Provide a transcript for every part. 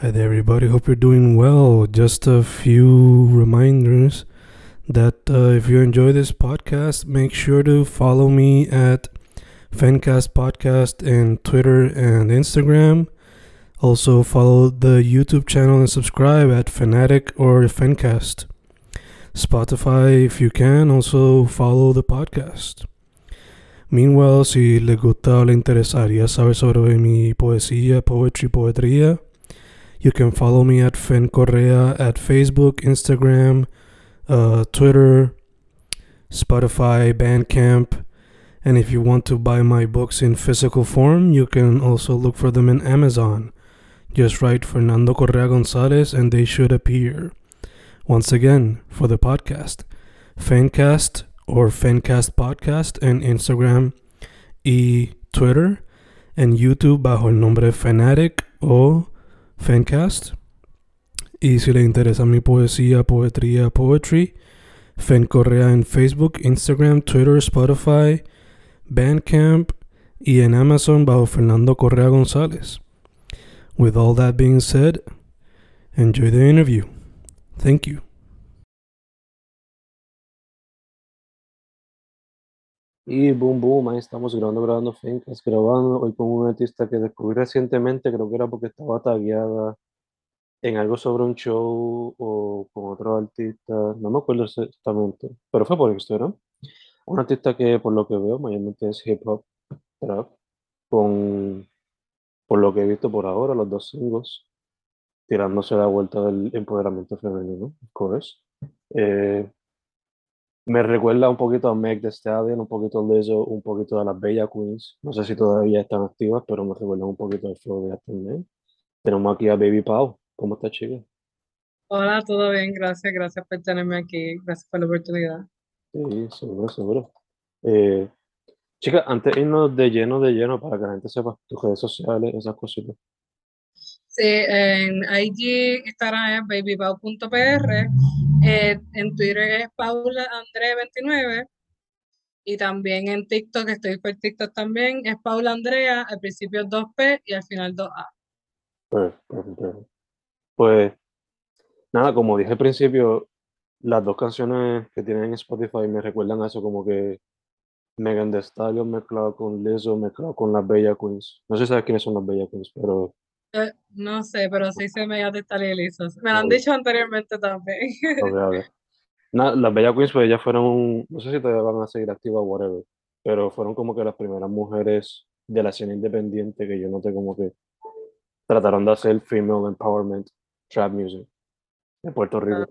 Hi there, everybody. Hope you're doing well. Just a few reminders that if you enjoy this podcast, make sure to follow me at Fencast Podcast in Twitter and Instagram. Also, follow the YouTube channel and subscribe at Fanatic or Fencast. Spotify, if you can, also follow the podcast. Meanwhile, si les gusta o le interesaría saber sobre mi poesía, poetría, you can follow me at Fen Correa at Facebook, Instagram, Twitter, Spotify, Bandcamp. And if you want to buy my books in physical form, you can also look for them in Amazon. Just write Fernando Correa Gonzalez and they should appear. Once again, for the podcast, Fencast or Fencast Podcast en Instagram y Twitter, en YouTube bajo el nombre Fanatic o Fencast. Y si le interesa mi poesía, poetry, Fen Correa en Facebook, Instagram, Twitter, Spotify, Bandcamp y en Amazon bajo Fernando Correa González. With all that being said, enjoy the interview. Thank you. Y boom, boom, ahí estamos grabando Fencas, grabando hoy con un artista que descubrí recientemente, creo que era porque estaba tagueada en algo sobre un show o con otro artista, no me acuerdo exactamente, pero fue por Instagram. Un artista que por lo que veo mayormente es hip hop, trap, con, por lo que he visto por ahora, los dos singles, tirándose la vuelta del empoderamiento femenino, of course. Eh, Me recuerda un poquito a Meg Thee Stallion, un poquito a Lizzo, un poquito a las Bella Queens. No sé si todavía están activas, pero me recuerda un poquito al flow de ellas también. Tenemos aquí a Baby Pau. ¿Cómo está, chica? Hola, todo bien, gracias, gracias por tenerme aquí, gracias por la oportunidad. Sí, seguro, seguro. Eh, Chica, antes de irnos de lleno, para que la gente sepa tus redes sociales, esas cositas. Sí, en IG, Instagram es babypau.pr, en Twitter es paulaandre29 y también en TikTok, estoy por TikTok también, es Paula Andrea, al principio 2P y al final 2A. Perfecto. Pues nada, como dije al principio, las dos canciones que tienen en Spotify me recuerdan a eso, como que Megan Thee Stallion mezclado con Lizzo, mezclado con las Bella Queens. No sé si sabes quiénes son las Bella Queens, pero No sé, pero sí se me lizos. Me lo han ok, dicho anteriormente también. ok. Las Bella Queens, pues ellas fueron, no sé si todavía van a seguir activas o whatever, pero fueron como que las primeras mujeres de la escena independiente que yo noté como que trataron de hacer female empowerment trap music de Puerto Rico.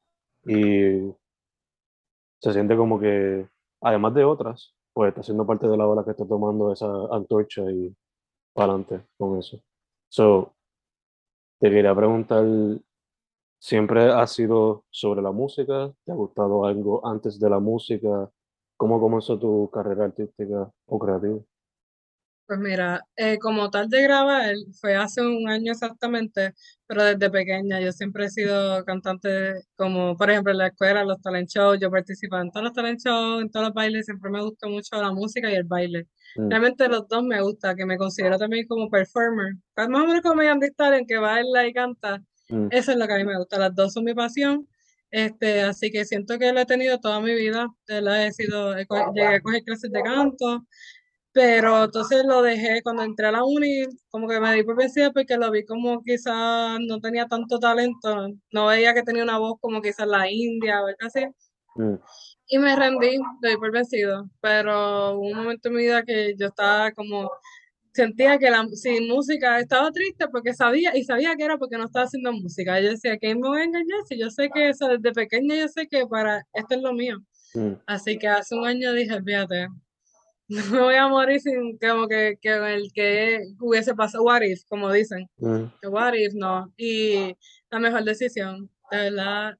Y se siente como que, además de otras, pues está siendo parte de la ola que está tomando esa antorcha y para adelante con eso. So, te quería preguntar, ¿siempre ha sido sobre la música? ¿Te ha gustado algo antes de la música? ¿Cómo comenzó tu carrera artística o creativa? Pues mira, como tal de grabar fue hace un año exactamente, pero desde pequeña yo siempre he sido cantante, como por ejemplo en la escuela, los talent shows, yo participaba en todos los talent shows, en todos los bailes, siempre me gustó mucho la música y el baile. Mm, Realmente los dos me gusta, que me considero también como performer, pues más o menos como Megan Thee Stallion, que baila y canta, mm, eso es lo que a mí me gusta, las dos son mi pasión, así que siento que lo he tenido toda mi vida, llegué a coger clases de canto. Pero entonces lo dejé cuando entré a la uni, como que me di por vencida porque lo vi como quizás no tenía tanto talento, no veía que tenía una voz como quizás la India o algo así, mm, y me rendí, me di por vencido, pero hubo un momento en mi vida que yo estaba como, sentía que sin música estaba triste porque sabía que era porque no estaba haciendo música, yo decía, ¿qué me voy a engañar? Si yo sé que eso desde pequeña yo sé que para esto es lo mío, mm, así que hace un año dije, fíjate. No me voy a morir sin como que el que hubiese pasado, what if, como dicen. mm. Que what if, no. Y la mejor decisión, de verdad,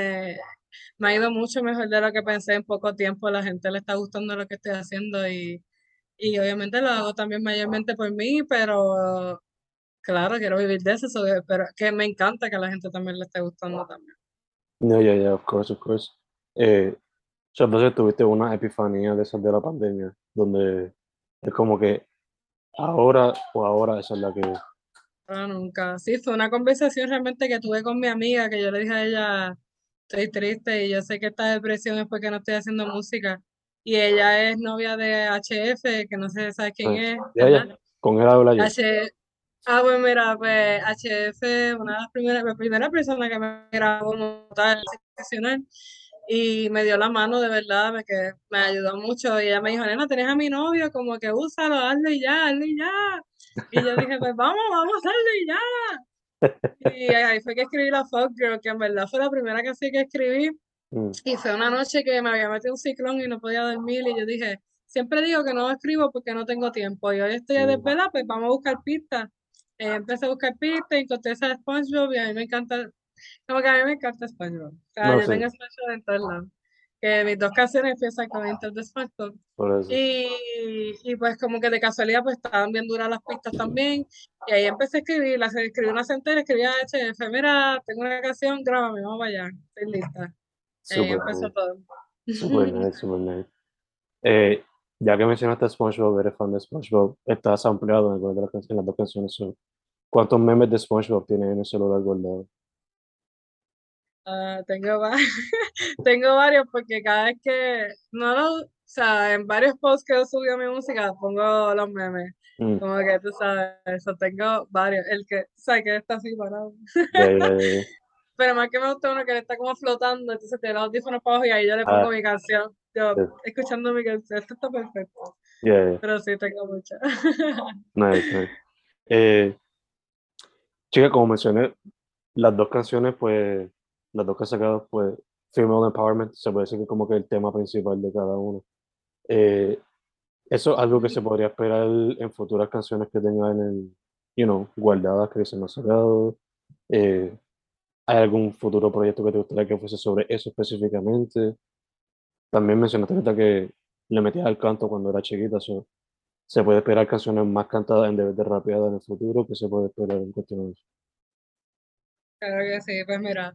me ha ido mucho mejor de lo que pensé en poco tiempo. A la gente le está gustando lo que estoy haciendo y obviamente lo hago también mayormente por mí, pero claro, quiero vivir de eso, pero que me encanta que a la gente también le esté gustando también. No, yeah, of course, of course. O sea, entonces tuviste una epifanía de esas de la pandemia, donde es como que ahora esa es la que nunca. Sí, fue una conversación realmente que tuve con mi amiga, que yo le dije a ella, estoy triste y yo sé que esta depresión es porque no estoy haciendo música. Y ella es novia de HF, que no sé si sabes quién Pues, es, ya, ¿verdad? con él habla yo. H, pues mira, pues HF, una de las primeras, la primera persona que me grabó como tal, profesional, y me dio la mano de verdad, que me ayudó mucho. Y ella me dijo, nena, tenés a mi novio, como que úsalo, hazlo y ya, hazlo y ya. Y yo dije, pues vamos a hacerlo y ya. Y ahí fue que escribí la Fuck Girl, que en verdad fue la primera canción que escribí. Mm, Y fue una noche que me había metido un ciclón y no podía dormir. Y yo dije, siempre digo que no escribo porque no tengo tiempo. Y hoy estoy a mm, desvelar, pues vamos a buscar pistas. Empecé a buscar pistas y encontré esa de SpongeBob y a mí me encanta, como que a mí me encanta SpongeBob. O sea, no yo sé, tengo SpongeBob en todos lados. Que mis dos canciones empiezan con Enter the SpongeBob. por eso. Y pues como que de casualidad pues estaban bien duras las pistas también. Y ahí empecé a escribir, escribí una centena, escribí a HF, mira, tengo una canción, grábame, vamos para allá, estoy lista. Ahí Súper empezó nice, todo. súper nice, súper nice. Eh, ya que mencionaste a SpongeBob, eres fan de SpongeBob, estás ampliado en, alguna de en las dos canciones. So, ¿cuántos memes de SpongeBob tienes en el celular guardado? Ah, tengo varios porque cada vez que, no lo, o sea, en varios posts que yo subí a mi música pongo los memes. Mm, Como que tú sabes, eso tengo varios. El que, sabes que está así parado. ya, ya, ya, Pero más que me gusta uno que le está como flotando, entonces tiene los audífonos para abajo y ahí yo le pongo ah, mi canción. Yo ya, escuchando mi canción, esto está perfecto. ya, ya. Pero sí, tengo muchas. Nice, nice. Eh, chica, como mencioné, las dos canciones, pues, las dos que has sacado, pues, Female Empowerment, se puede decir que como que el tema principal de cada uno. Eh, Eso es algo que se podría esperar en futuras canciones que tengan en el, guardadas que se me han sacado. Eh, ¿Hay algún futuro proyecto que te gustaría que fuese sobre eso específicamente? También mencionaste ahorita que le metías al canto cuando era chiquita. So, ¿se puede esperar canciones más cantadas en vez de rapeadas en el futuro? ¿Qué se puede esperar en cuestión de eso? Claro que sí, pues mira,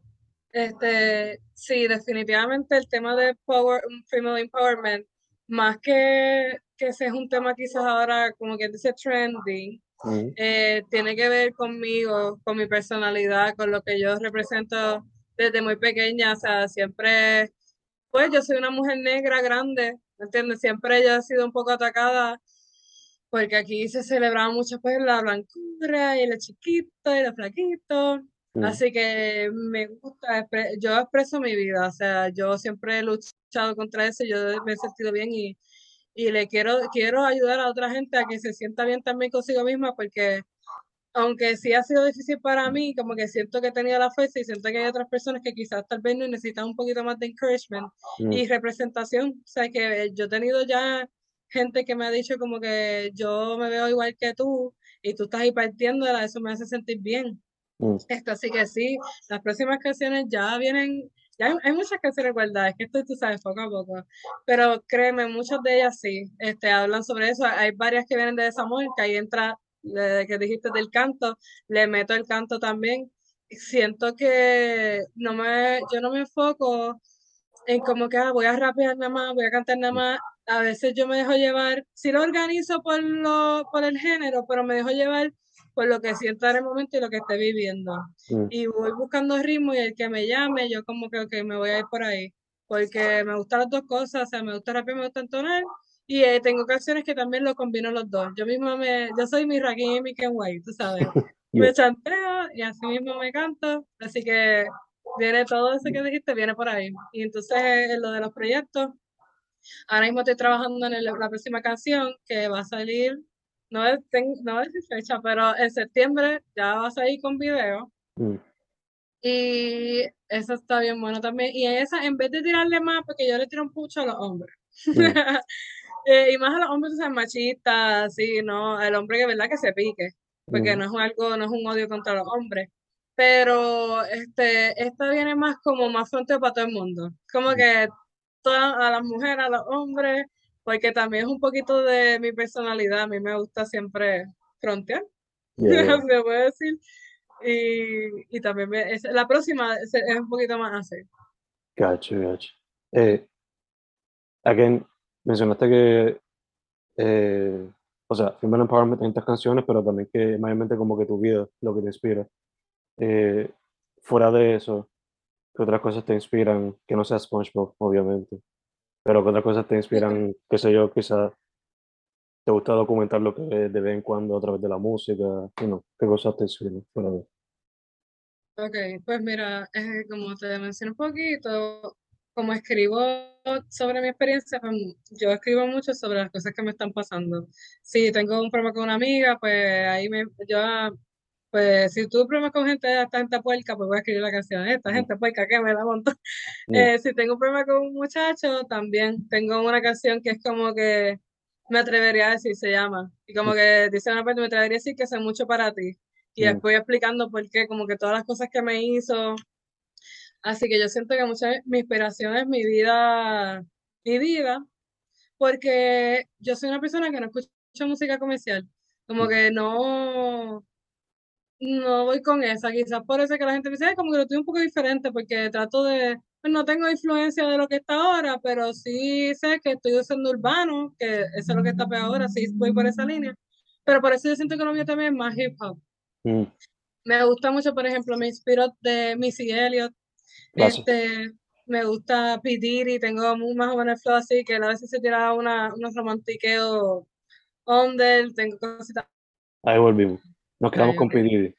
sí, definitivamente el tema de female empowerment, más que ese es un tema quizás ahora como que dice trending, Mm, tiene que ver conmigo, con mi personalidad, con lo que yo represento desde muy pequeña, o sea, siempre, pues yo soy una mujer negra grande, ¿me entiendes? Siempre yo he sido un poco atacada porque aquí se celebraba mucho pues la blancura y lo chiquito y lo flaquito. mm, Así que me gusta, yo expreso mi vida, o sea, yo siempre he luchado contra eso, yo me he sentido bien y quiero ayudar a otra gente a que se sienta bien también consigo misma, porque aunque sí ha sido difícil para mí, como que siento que he tenido la fuerza y siento que hay otras personas que quizás tal vez no necesitan un poquito más de encouragement mm, y representación. O sea, que yo he tenido ya gente que me ha dicho como que yo me veo igual que tú y tú estás ahí partiéndola, eso me hace sentir bien. mm, Así que sí, las próximas canciones ya vienen, ya hay muchas canciones guardadas, que esto tú sabes poco a poco, pero créeme, muchas de ellas sí, hablan sobre eso, hay varias que vienen de desamor, que ahí entra, que dijiste del canto, le meto el canto también, siento que yo no me enfoco en como que voy a rapear nada más, voy a cantar nada más, a veces yo me dejo llevar, sí lo organizo por el género, pero me dejo llevar por lo que siento en el momento y lo que esté viviendo. mm, Y voy buscando ritmo y el que me llame, yo como que ok, me voy a ir por ahí, porque me gustan las dos cosas, o sea, me gusta rapear, me gusta entonar, y tengo canciones que también lo combino los dos. Yo soy mi Rakim y mi Ken White, tú sabes, yeah, me chanteo y así mismo me canto, así que viene todo eso que dijiste, viene por ahí. Y entonces en lo de los proyectos, ahora mismo estoy trabajando en la próxima canción que va a salir, no es fecha, pero en septiembre ya va a salir con video. mm, Y eso está bien bueno también. Y en esa, en vez de tirarle más, porque yo le tiro un pucho a los hombres. mm, Y más a los hombres, o sea, machistas, así, ¿no? El hombre que, ¿verdad? Que se pique, porque mm, no es algo, no es un odio contra los hombres. Pero esta viene más como más fronteo para todo el mundo. Como mm, que a las mujeres, a los hombres, porque también es un poquito de mi personalidad. A mí me gusta siempre frontear, yeah, yeah, se puede decir. Y también la próxima es un poquito más así. gotcha, gotcha. Again, mencionaste que o sea, Female Empowerment en estas canciones, pero también que mayormente como que tu vida, lo que te inspira. Eh, Fuera de eso, ¿qué otras cosas te inspiran? Que no sea SpongeBob, obviamente, pero ¿qué otras cosas te Ok, inspiran? Qué sé yo, quizás te gusta documentar lo que ves de vez en cuando a través de la música, ¿qué cosas te inspiran? Fuera de... ok, pues mira, como te mencioné un poquito, como escribo sobre mi experiencia, pues, yo escribo mucho sobre las cosas que me están pasando. Si tengo un problema con una amiga, pues yo, pues si tuve problemas con esta gente puerca, pues voy a escribir la canción, esta Mm, gente puerca que me la montó. mm, Si tengo un problema con un muchacho, también tengo una canción que es como que me atrevería a decir, se llama, y como mm, que dice una parte, me atrevería a decir que sé mucho para ti. Y mm, después explicando por qué, como que todas las cosas que me hizo. Así que yo siento que mucha mi inspiración es mi vida, porque yo soy una persona que no escucha música comercial. Como mm, que no voy con esa. Quizás por eso que la gente me dice, "Ay, como que lo estoy un poco diferente, porque pues no tengo influencia de lo que está ahora, pero sí sé que estoy usando urbano, que eso es lo que está peor ahora, sí voy por esa línea. Pero por eso yo siento que lo mío también es más hip hop. mm. Me gusta mucho, por ejemplo, me inspiro de Missy Elliott. Gracias. Este, Me gusta P. Diddy, tengo más o menos el flow así, que él a veces se tira unos romantiqueos under, tengo cositas Ahí volvimos. Nos quedamos ahí, con ok. P. Diddy.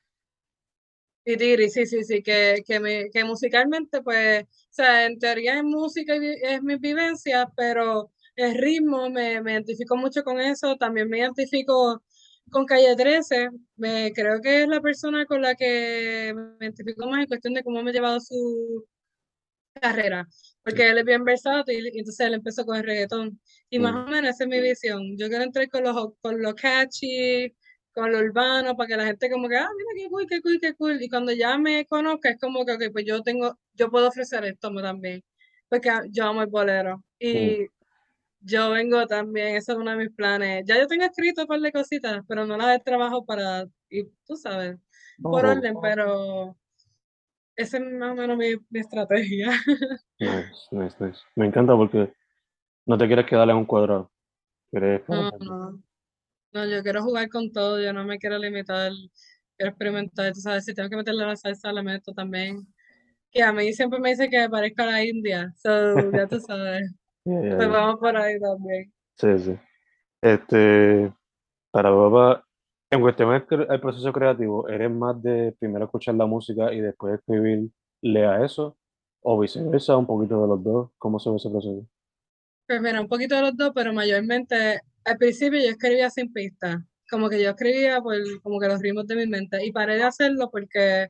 P. Diddy, sí, sí, sí, que musicalmente, pues, o sea, en teoría es música y es mi vivencia, pero el ritmo me identifico mucho con eso, también me identifico con Calle 13, creo que es la persona con la que me identifico más en cuestión de cómo me ha llevado su carrera, Sí. porque él es bien versátil y entonces él empezó con el reggaetón. Y más Mm, o menos esa es mi visión. Yo quiero entrar con lo catchy, con lo urbano, para que la gente como que, ah, mira qué cool, qué cool, qué cool. Y cuando ya me conozca, es como que, ok, pues yo puedo ofrecer esto también, porque yo amo el bolero. mm. Y yo vengo también, ese es uno de mis planes. Ya yo tengo escrito un par de cositas, pero no las he trabajado y tú sabes, por Oh, orden, pero esa es más o menos mi estrategia. nice, nice, nice. Me encanta porque no te quieres quedar en un cuadrado. Quieres No, expandir. no. No, yo quiero jugar con todo, yo no me quiero limitar, quiero experimentar, tú sabes, si tengo que meterle la salsa, le meto también. Y a mí siempre me dice que me parezco a la India, so, ya tú sabes, Ya, ya, pues ya. vamos por ahí también. Sí, sí. Este, para papá, en cuestión del proceso creativo, ¿eres más de primero escuchar la música y después escribirle a eso? ¿O viceversa, un poquito de los dos? ¿Cómo se ve ese proceso? Pues mira, un poquito de los dos, pero mayormente, al principio yo escribía sin pistas, como que yo escribía por como que los ritmos de mi mente, y paré de hacerlo porque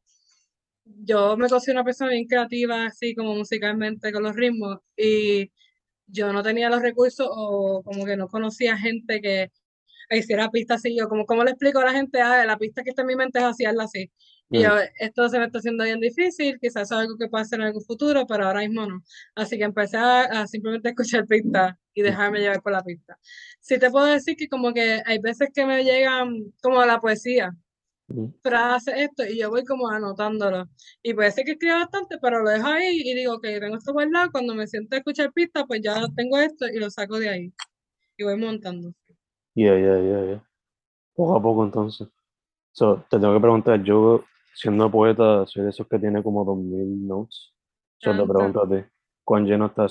yo me considero una persona bien creativa, así como musicalmente con los ritmos, y yo no tenía los recursos o como que no conocía gente que hiciera pistas así. Yo, como, ¿cómo le explico a la gente? Ah, la pista que está en mi mente es así, hazla así. Y Mm, yo, esto se me está haciendo bien difícil, quizás es algo que pueda hacer en algún futuro, pero ahora mismo no. Así que empecé a simplemente escuchar pistas y mm, dejarme llevar por la pista. Sí te puedo decir que como que hay veces que me llegan como la poesía, mm. frase esto, y yo voy como anotándolo. Y puede ser que escriba bastante, pero lo dejo ahí y digo que tengo esto guardado, cuando me siento a escuchar pistas, pues ya tengo esto y lo saco de ahí y voy montando. Ya, ya, ya, ya. Poco a poco entonces. So, te tengo que preguntar, yo siendo poeta soy de esos que tiene como 2000 notes. So, te Canta. pregunto a ti, ¿cuán lleno está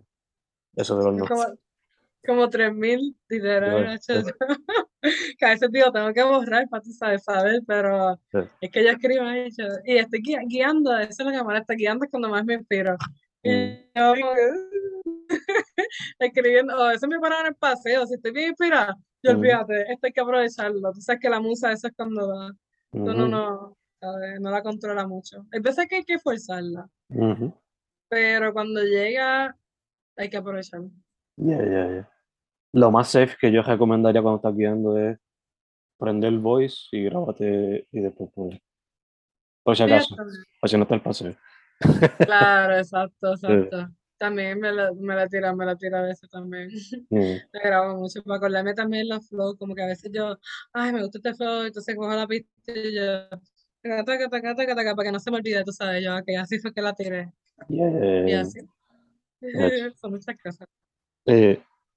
eso de los Es notes? como 3000 Ya, literal, ya, que a veces digo, tengo que borrar para tú sabes, saber, pero ya. es que yo escribo ahí, y estoy guiando, eso es lo que me está guiando, es cuando más me inspiro. Mm, Y yo como que, escribiendo, o eso me para en el paseo, si estoy bien inspirada, yo mm, olvídate, esto hay que aprovecharlo, tú sabes que la musa, eso es cuando uno ujú, no, ¿sabes? No la controla mucho. Hay veces que hay que forzarla, ujú. pero cuando llega, hay que aprovecharlo. Ya, ya, ya. Lo más safe que yo recomendaría cuando estás guiando es prender el voice y grábate y después poner. Por si acaso, Fíjate. por si no está el paseo. Claro, exacto, Sí. exacto. También me la tira a veces también. Mm, Me grabo mucho para acordarme también la flow, como que a veces yo, ay, me gusta este flow, entonces cojo la pista y yo, taca, taca, taca, taca, taca, para que no se me olvide, tú sabes, yo, que así fue que la tiré. Y yeah. así. Ach. Son muchas cosas.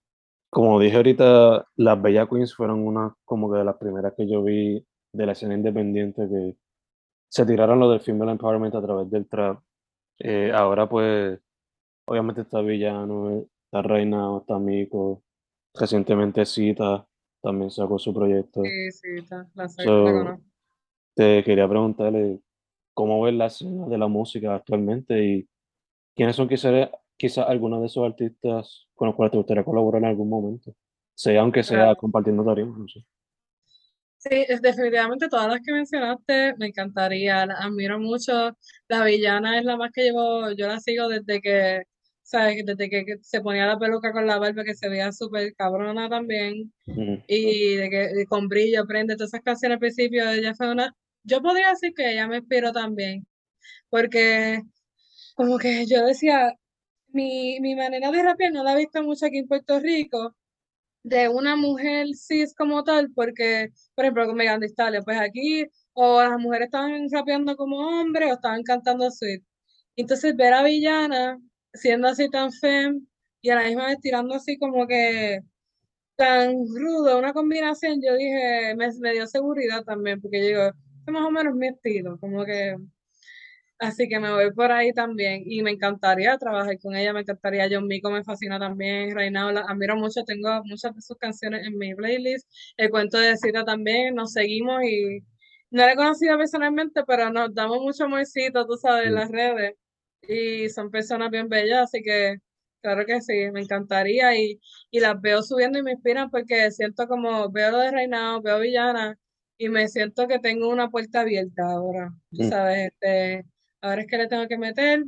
como dije ahorita, las Bella Queens fueron una como que de las primeras que yo vi de la escena independiente que se tiraron lo del female empowerment a través del trap. Ahora pues, obviamente está Villano, está Reina, está Mico, recientemente Cita también sacó su proyecto. Sí, sí, la So, conozco. te quería preguntarle cómo ves la escena de la música actualmente y quiénes son quizás algunos de esos artistas con los cuales te gustaría colaborar en algún momento, sea aunque sea Claro. compartiendo tarima, no sé. Sí, definitivamente todas las que mencionaste me encantaría, las admiro mucho. La villana es la más que llevo, yo la sigo desde que, ¿sabes? Desde que se ponía la peluca con la barba que se veía súper cabrona también. Ujú, Y de que con brillo prende todas esas canciones al principio, ella fue una, yo podría decir que ella me inspiró también, porque como que yo decía, mi manera de rapear no la he visto mucho aquí en Puerto Rico de una mujer cis como tal, porque, por ejemplo, con Megan Thee Stallion, pues aquí o las mujeres estaban rapeando como hombres o estaban cantando sweet. Entonces ver a Villana siendo así tan femme y a la misma vez tirando así como que tan rudo, una combinación, yo dije, me dio seguridad también, porque yo digo, este más o menos mi estilo, como que así que me voy por ahí también y me encantaría trabajar con ella, me encantaría. John Mico me fascina también, Reina la admiro mucho, tengo muchas de sus canciones en mi playlist. El cuento de Cita también, nos seguimos y no la he conocido personalmente, pero nos damos mucho amorcito, tú sabes, en ujú. las redes y son personas bien bellas, así que claro que sí, me encantaría y las veo subiendo y me inspiran porque siento como veo lo de Reinao, veo Villana y me siento que tengo una puerta abierta ahora, tú Mm. sabes, ahora es que le tengo que meter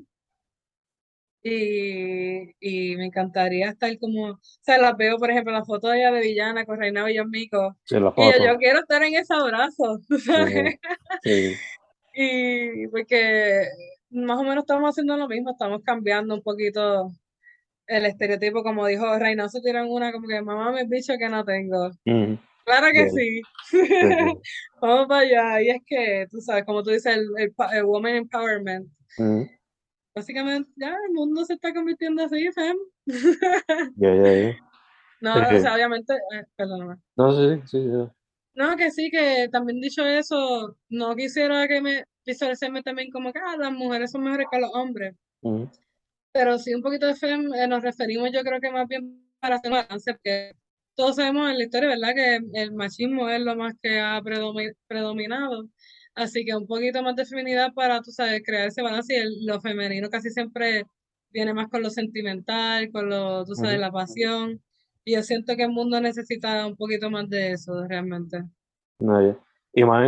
y me encantaría estar como, o sea, las veo, por ejemplo, la foto de ella de Villana con Reina Mico Sí, la y foto. yo quiero estar en ese abrazo, tú eh, sabes, sí. y porque más o menos estamos haciendo lo mismo, estamos cambiando un poquito el estereotipo, como dijo Reina, se tiran una como que mamá me bicho que no tengo. Ujú, Claro que yeah, sí. sí, sí. Vamos para allá. Y es que, tú sabes, como tú dices, el woman empowerment. Ujú, Básicamente, ya el mundo se está convirtiendo así, fem. yeah, yeah, yeah. No, o sea, obviamente, perdóname. No, sí, sí, sí. No, que sí, que también dicho eso, no quisiera que me visualizarme también como que las mujeres son mejores que los hombres. Ujú, Pero sí, un poquito de fem, nos referimos, yo creo que más bien para hacer un balance, porque todos sabemos en la historia, ¿verdad?, que el machismo es lo más que ha predominado. Así que un poquito más de feminidad para, tú sabes, crear ese balance y lo femenino casi siempre viene más con lo sentimental, con lo, tú sabes, ujú. la pasión. Y yo siento que el mundo necesita un poquito más de eso, realmente. No, yeah. Y más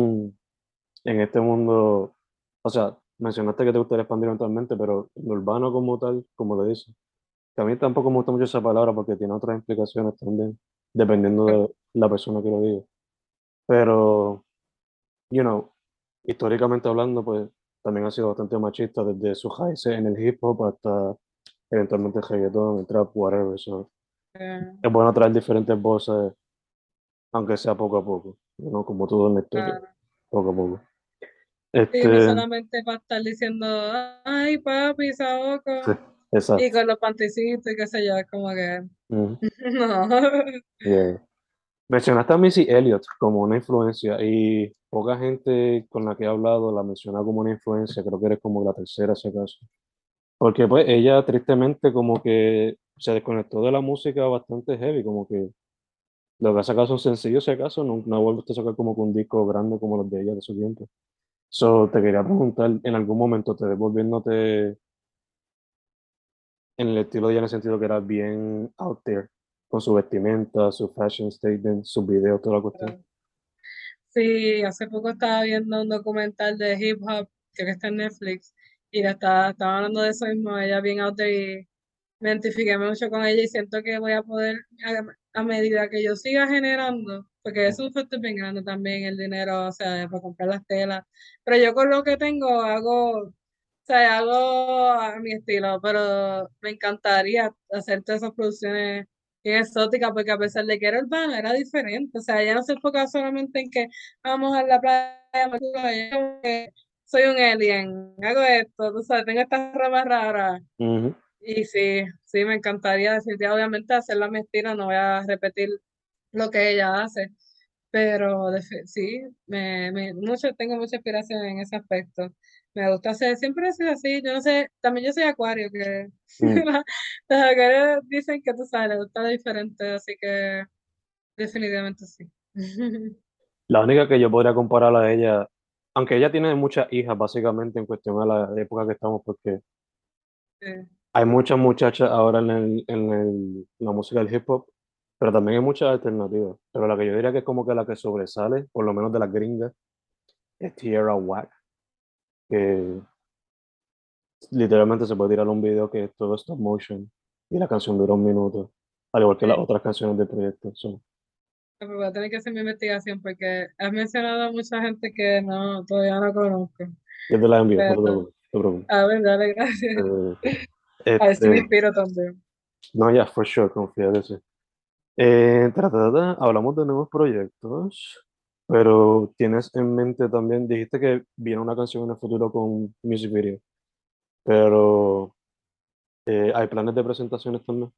en este mundo, o sea, mencionaste que te gustaría expandir eventualmente, pero lo urbano como tal, como lo dices, que a mí tampoco me gusta mucho esa palabra porque tiene otras implicaciones también, dependiendo de la persona que lo diga. Pero, you know, históricamente hablando, pues también ha sido bastante machista desde sus raíces en el hip hop hasta eventualmente el reggaetón, el trap, whatever. So, Eh, es bueno traer diferentes voces, aunque sea poco a poco, ¿no? Como todo en la historia, claro. poco a poco. Sí, no Este, solamente para estar diciendo, ay, papi, sí, saoco. Y exacto. con los panticitos y qué sé yo, es como que Ujú, no. yeah. Mencionaste a Missy Elliott como una influencia y poca gente con la que he hablado la menciona como una influencia, creo que eres como la tercera, si acaso. Porque pues ella tristemente como que se desconectó de la música bastante heavy, como que lo que ha sacado son sencillos, si acaso, no, no ha vuelto a sacar como que un disco grande como los de ella de su tiempo. So, te quería preguntar, ¿en algún momento te ves volviéndote en el estilo de ella en el sentido que era bien out there, con su vestimenta, su fashion statement, sus videos, toda la cuestión? Sí, hace poco estaba viendo un documental de hip hop, creo que está en Netflix, y estaba hablando de eso mismo, ella bien out there y me identifiqué mucho con ella y siento que voy a poder, a medida que yo siga generando, porque es un factor bien grande también el dinero, o sea, para comprar las telas, pero yo con lo que tengo hago, o sea, hago a mi estilo, pero me encantaría hacer todas esas producciones bien exóticas, porque a pesar de que era urbana, era diferente, o sea, ella no se enfoca solamente en que vamos a la playa, me subo, ella como que soy un alien, hago esto, tú sabes, tengo estas ramas raras. Ujú, Y sí, sí, me encantaría definitivamente, obviamente hacerla a mi estilo, no voy a repetir lo que ella hace, pero sí, tengo mucha inspiración en ese aspecto. Me gusta hacer, siempre he sido así, yo no sé, también yo soy acuario, que Mm. los acuarios dicen que tú sabes, les gusta lo diferente, así que definitivamente sí. La única que yo podría comparar a ella, aunque ella tiene muchas hijas básicamente en cuestión a la época que estamos, porque Sí, hay muchas muchachas ahora la música del hip hop, pero también hay muchas alternativas. Pero la que yo diría que es como que la que sobresale, por lo menos de las gringas, es Tierra Whack, que literalmente se puede tirar un video que es todo stop motion y la canción dura 1 minuto, al igual que las sí. otras canciones del proyecto. Pero voy a tener que hacer mi investigación porque has mencionado a mucha gente que no, todavía no conozco. Yo te las envío, no Pero, te preocupes, no te preocupes. a ver, dale, gracias. Eh, A ver si me este, inspiro también. no, ya, for sure, confía en eso. Hablamos de nuevos proyectos, pero tienes en mente también, dijiste que viene una canción en el futuro con music video, pero hay planes de presentaciones también.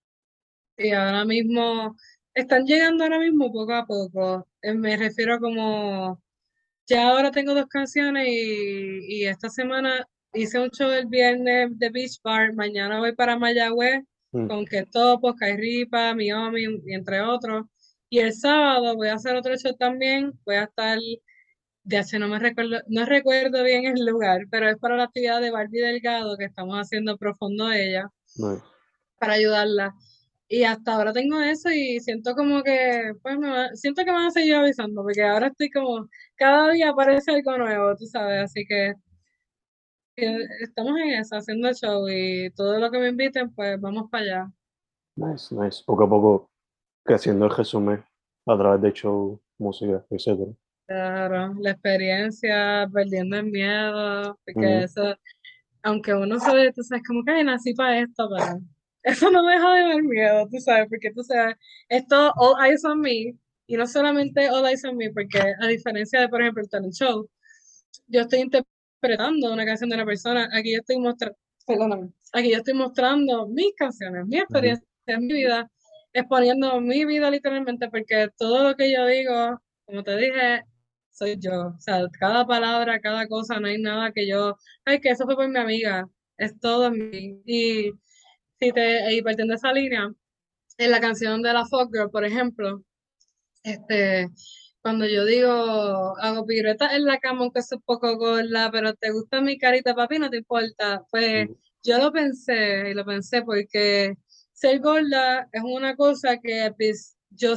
Y ahora mismo, están llegando ahora mismo poco a poco. Me refiero a como, ya ahora tengo 2 canciones y esta semana hice un show el viernes de Beach Bar, mañana voy para Mayagüez Mm, con Que Topo, Kairipa, Miomi, y entre otros. Y el sábado voy a hacer otro show también, voy a estar, ya sé, no recuerdo bien el lugar, pero es para la actividad de Barbie Delgado que estamos haciendo profundo de ella nice, para ayudarla. Y hasta ahora tengo eso y siento como que, pues siento que me van a seguir avisando, porque ahora estoy como, cada día aparece algo nuevo, tú sabes, así que estamos en eso, haciendo el show y todo lo que me inviten, pues vamos para allá. nice, nice. Poco a poco creciendo el resumen a través de show, música, etcétera. Claro, la experiencia, perdiendo el miedo, porque Ujú, eso, aunque uno sabe, tú sabes, como que "Ay, nací para esto, pero eso no deja de dar miedo, tú sabes, porque tú sabes, esto all eyes on me, y no solamente all eyes on me, porque a diferencia de, por ejemplo, el talent show, yo estoy interpretando una canción de una persona, aquí yo estoy mostrando, perdóname, aquí yo estoy mostrando mis canciones, mi ujú. experiencia, mi vida, exponiendo mi vida literalmente, porque todo lo que yo digo, como te dije, soy yo, o sea, cada palabra, cada cosa, no hay nada que yo, ay, que eso fue por mi amiga, es todo en mí, y y partiendo de esa línea, en la canción de la Folk Girl, por ejemplo, este, cuando yo digo, hago piruetas en la cama, aunque soy un poco gorda, pero te gusta mi carita, papi, no te importa. Pues Mm, yo lo pensé, y lo pensé porque ser gorda es una cosa que pues,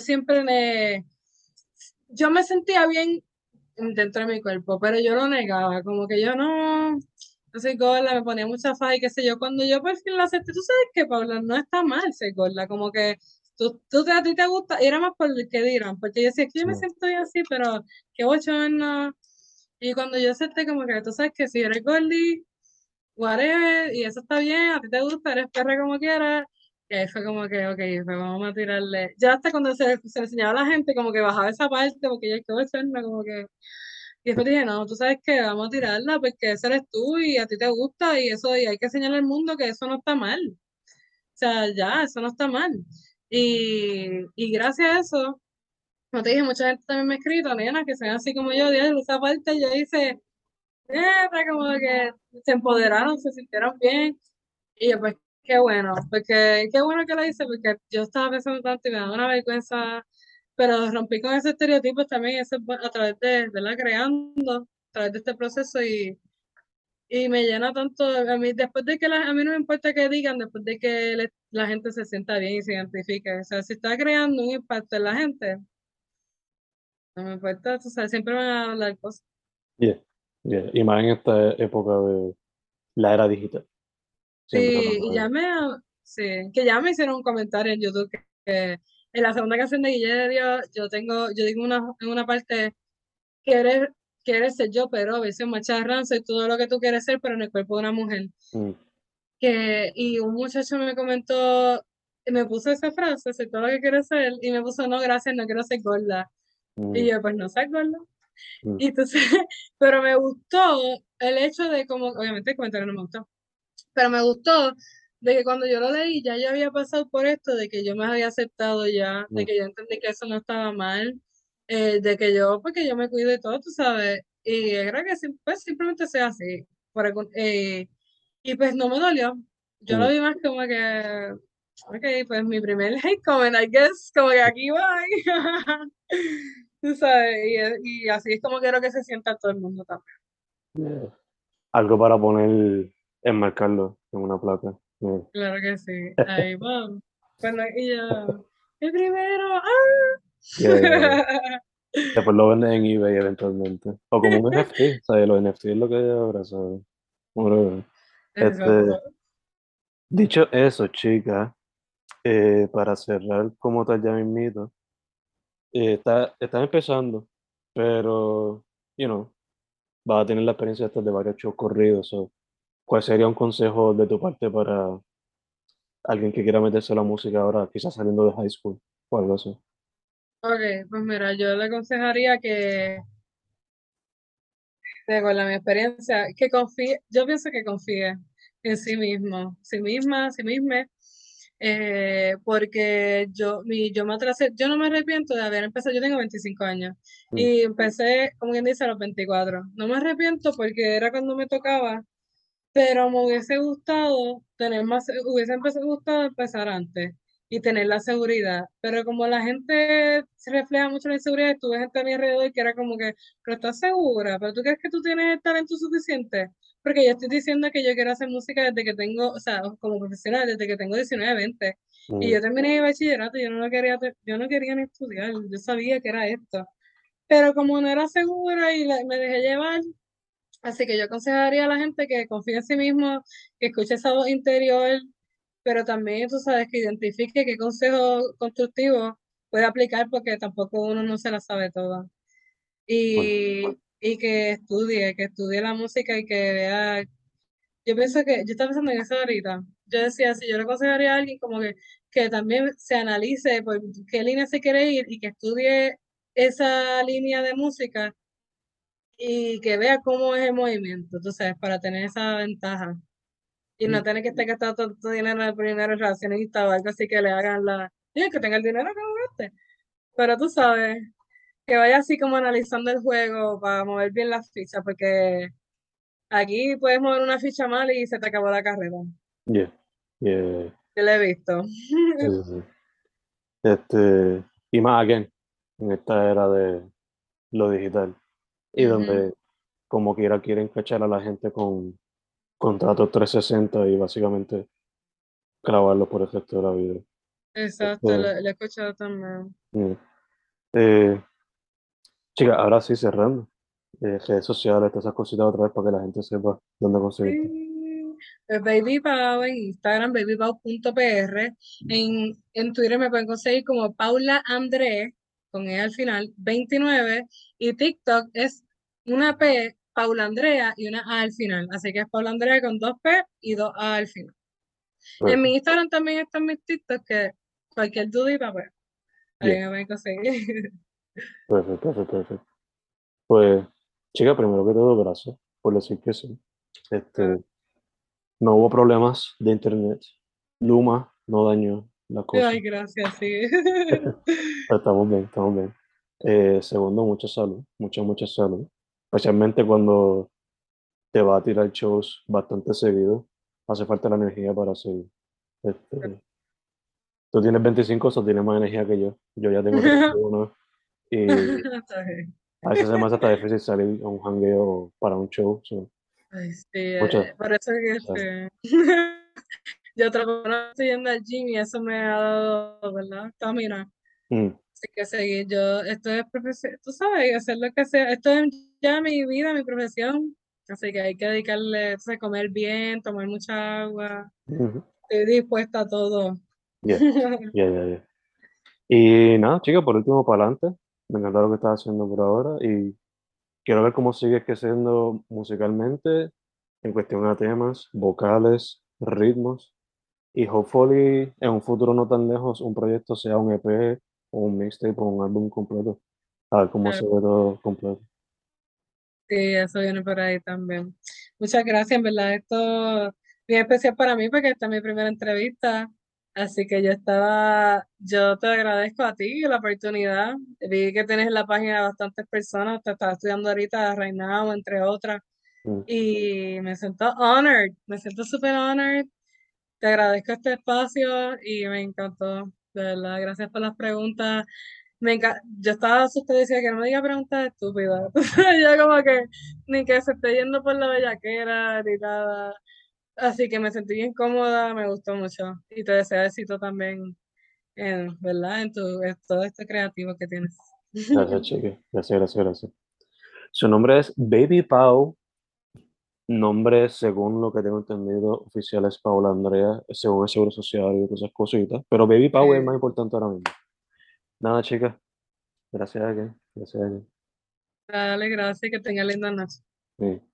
yo me sentía bien dentro de mi cuerpo, pero yo lo negaba, como que yo no soy gorda, me ponía mucha faja y qué sé yo. Cuando yo por fin lo acepté, tú sabes que, Paula, no está mal ser gorda, como que a ti te gusta, y era más por el que dirán, porque yo decía que yo sí, me siento bien así, pero qué bochorno. Y cuando yo acepté, como que tú sabes que si eres gordi, whatever, y eso está bien, a ti te gusta, eres perra como quieras. Y ahí fue como que, ok, pues vamos a tirarle. Ya hasta cuando se enseñaba a la gente, como que bajaba esa parte, porque ya qué bochorno, como que. Y después dije, no, tú sabes que vamos a tirarla porque ese eres tú y a ti te gusta y eso, y hay que enseñarle al mundo que eso no está mal. O sea, ya, eso no está mal. Y gracias a eso, como te dije, mucha gente también me ha escrito, nena, que sean así como yo, Dios, esa parte yo hice, neta, como que se empoderaron, se sintieron bien. Y yo, pues, qué bueno, porque qué bueno que lo hice, porque yo estaba pensando tanto y me daba una vergüenza, pero rompí con ese estereotipo también, a través de, ¿verdad? Creando, a través de este proceso y me llena tanto, a mí, después de que a mí no me importa que digan, después de que la gente se sienta bien y se identifique, o sea, si está creando un impacto en la gente, no me importa, o sea, siempre van a hablar cosas. yeah, yeah. Y más en esta época de la era digital, siempre Sí, tratando y de... sí, que ya me hicieron un comentario en YouTube que en la segunda canción de Guille de Dios yo digo en una parte, quieres, quieres ser yo, pero versión macharrán, soy todo lo que tú quieres ser, pero en el cuerpo de una mujer. Mm, Y un muchacho me comentó, me puso esa frase, soy todo lo que quiero ser, y me puso, no, gracias, no quiero ser gorda. Y mm, yo, pues no soy gorda. mm, Y entonces, pero me gustó el hecho de como, obviamente el comentario no me gustó, pero me gustó de que cuando yo lo leí ya yo había pasado por esto, de que yo me había aceptado ya, de Mm, que yo entendí que eso no estaba mal, de que yo, porque yo me cuido y todo, tú sabes, y era que pues, simplemente sea así, y pues no me dolió, yo lo mm. vi más como que, ok, pues mi primer hate comment, I guess, como que aquí va, tú sabes, y así es como quiero que se sienta todo el mundo también. Yeah. Algo para poner, enmarcarlo en una placa. Yeah. Claro que sí, ahí va. Bueno, y yo, el primero, ¡ah! Yeah, yeah, yeah. Después lo venden en eBay eventualmente. O como un NFT, ¿sabes? Los NFT es lo que hay ahora, ¿sabes? Whatever. Exacto. Este, dicho eso, chica, para cerrar como tal ya mismito, está empezando, pero, you know, vas a tener la experiencia esta de varios shows corridos. So, ¿cuál sería un consejo de tu parte para alguien que quiera meterse a la música ahora, quizás saliendo de high school o algo así? Ok, pues mira, yo le aconsejaría que, de acuerdo a mi experiencia, que confíe, yo pienso que confíe en sí mismo, sí misma, sí misma, porque yo me atrasé, yo no me arrepiento de haber empezado, yo tengo 25 años Mm, y empecé, como quien dice, a los 24. No me arrepiento porque era cuando me tocaba. Pero me hubiese gustado tener más, gustado empezar antes y tener la seguridad. Pero como la gente se refleja mucho en la inseguridad, tuve gente a mi alrededor que era como que, pero estás segura, pero tú crees que tú tienes el talento suficiente. Porque yo estoy diciendo que yo quiero hacer música desde que tengo, o sea, como profesional, desde que tengo 19 20. Y mm, yo terminé mi bachillerato, yo no lo quería, yo no quería ni estudiar, yo sabía que era esto. Pero como no era segura y me dejé llevar, así que yo aconsejaría a la gente que confíe en sí mismo, que escuche esa voz interior, pero también tú sabes que identifique qué consejo constructivo puede aplicar porque tampoco uno no se la sabe toda. bueno, Y que estudie la música y que vea. Yo pienso que, yo estaba pensando en eso ahorita. Yo decía, si yo le aconsejaría a alguien como que también se analice por qué línea se quiere ir y que estudie esa línea de música y que vea cómo es el movimiento, tú sabes, para tener esa ventaja y no mm, tener que estar gastando tanto dinero en el primero relacionista o algo así que le hagan la, sí, que tenga el dinero que lo gaste, pero tú sabes, que vaya así como analizando el juego para mover bien las fichas, porque aquí puedes mover una ficha mal y se te acabó la carrera, yeah, yeah, yo lo he visto. sí, sí, sí. Y más again, en esta era de lo digital, y Ujú, donde como quiera quieren cachar a la gente con contratos 360 y básicamente grabarlo por el resto de la vida. exacto, Este, lo he escuchado también. mm, eh, chica, ahora sí cerrando. Redes sociales, todas esas cositas otra vez para que la gente sepa dónde conseguirte. Sí. Pues Baby Pau en Instagram, babypau.pr. En Twitter me pueden conseguir como Paula André, con E al final, 29. Y TikTok es una P, Paula Andrea y una A al final. Así que es Paula Andrea con dos P y dos A al final. En mi Perfecto, Instagram también están mis TikToks, que cualquier dudita, pues, ahí yeah, me pueden conseguir. perfecto, perfecto, perfecto. Pues, chica, primero que todo, gracias por decir que sí. Este, no hubo problemas de internet. Luma no dañó la cosa. Ay, gracias, sí. Estamos bien, estamos bien. Segundo, mucha salud, mucha, mucha salud. Especialmente cuando te va a tirar shows bastante seguido. Hace falta la energía para seguir. Este, tú tienes 25, o tienes más energía que yo. Yo ya tengo 31 y Está bien. a veces se me hace hasta difícil salir a un jangueo para un show. So, Ay, sí, muchas, por eso que o sea, yo trabajo, no estoy yendo al gym y eso me ha dado, ¿verdad? Estamina. mm, Así que seguir, yo, esto es profesión, tú sabes, hacer lo que sea, esto es ya mi vida, mi profesión, así que hay que dedicarle, o sea, comer bien, tomar mucha agua, ujú, estoy dispuesta a todo. yeah, yeah, yeah, yeah. Y nada, chica, por último, para adelante. Me encanta lo que estás haciendo por ahora y quiero ver cómo sigues creciendo musicalmente en cuestión a temas, vocales, ritmos y hopefully en un futuro no tan lejos un proyecto sea un EP o un mixtape o un álbum completo. A ver cómo se ve todo completo. Sí, eso viene por ahí también. Muchas gracias, en verdad, esto bien especial para mí porque esta es mi primera entrevista. Así que yo te agradezco a ti la oportunidad. Vi que tienes en la página bastantes personas, te estaba estudiando ahorita, Right Now, entre otras. Mm, Y me siento honored, me siento súper honored. Te agradezco este espacio y me encantó, de verdad. Gracias por las preguntas. Yo estaba asustada y decía que no me diga preguntas estúpidas. Yo como que ni que se esté yendo por la bellaquera ni nada. Así que me sentí bien cómoda, me gustó mucho. Y te deseo éxito también ¿verdad? En todo esto creativo que tienes. Gracias, chica. Gracias, gracias, gracias. Su nombre es Baby Pau. Nombre, según lo que tengo entendido, oficial es Paula Andrea, según el Seguro Social y todas esas cositas. Pero Baby Pau es más importante ahora mismo. Nada, chicas. Gracias a que. Gracias a que. Dale, gracias y que tenga linda noche. Sí.